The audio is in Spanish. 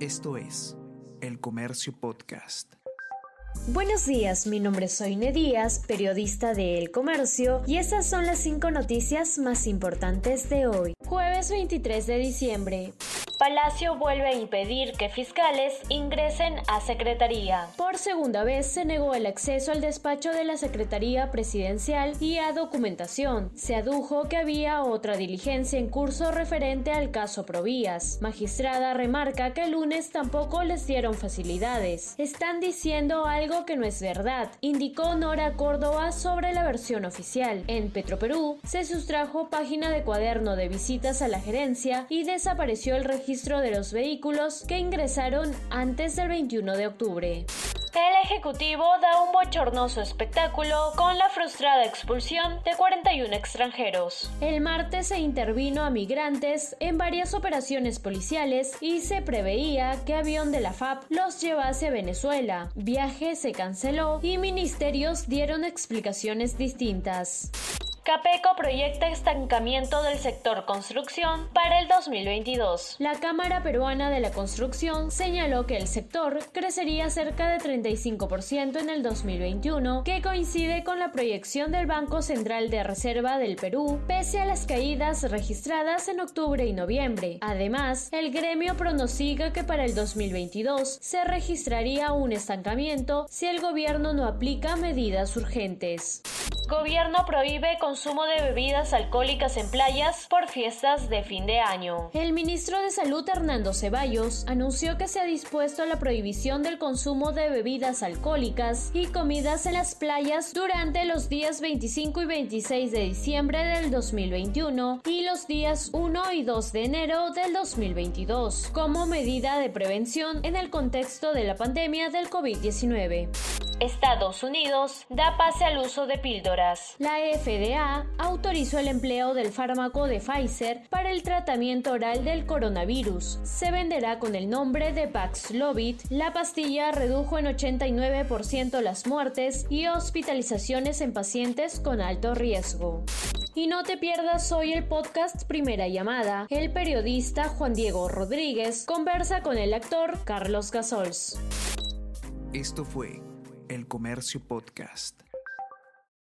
Esto es El Comercio Podcast. Buenos días, mi nombre es Soine Díaz, periodista de El Comercio, y estas son las 5 noticias más importantes de hoy, jueves 23 de diciembre. Palacio vuelve a impedir que fiscales ingresen a Secretaría. Por segunda vez se negó el acceso al despacho de la Secretaría Presidencial y a documentación. Se adujo que había otra diligencia en curso referente al caso Provías. Magistrada remarca que el lunes tampoco les dieron facilidades. Están diciendo algo que no es verdad, indicó Nora Córdoba sobre la versión oficial. En Petroperú se sustrajo página de cuaderno de visitas a la gerencia y desapareció el registro de los vehículos que ingresaron antes del 21 de octubre. El Ejecutivo da un bochornoso espectáculo con la frustrada expulsión de 41 extranjeros. El martes se intervino a migrantes en varias operaciones policiales y se preveía que avión de la FAP los llevase a Venezuela. Viaje se canceló y ministerios dieron explicaciones distintas. Capeco proyecta estancamiento del sector construcción para el 2022. La Cámara Peruana de la Construcción señaló que el sector crecería cerca de 35% en el 2021, que coincide con la proyección del Banco Central de Reserva del Perú, pese a las caídas registradas en octubre y noviembre. Además, el gremio pronostica que para el 2022 se registraría un estancamiento si el gobierno no aplica medidas urgentes. Gobierno prohíbe consumo de bebidas alcohólicas en playas por fiestas de fin de año. El ministro de Salud, Hernando Ceballos, anunció que se ha dispuesto a la prohibición del consumo de bebidas alcohólicas y comidas en las playas durante los días 25 y 26 de diciembre del 2021 y los días 1 y 2 de enero del 2022, como medida de prevención en el contexto de la pandemia del COVID-19. Estados Unidos da pase al uso de píldoras. La FDA autorizó el empleo del fármaco de Pfizer para el tratamiento oral del coronavirus. Se venderá con el nombre de Paxlovid. La pastilla redujo en 89% las muertes y hospitalizaciones en pacientes con alto riesgo. Y no te pierdas hoy el podcast Primera Llamada. El periodista Juan Diego Rodríguez conversa con el actor Carlos Gasols. Esto fue El Comercio Podcast.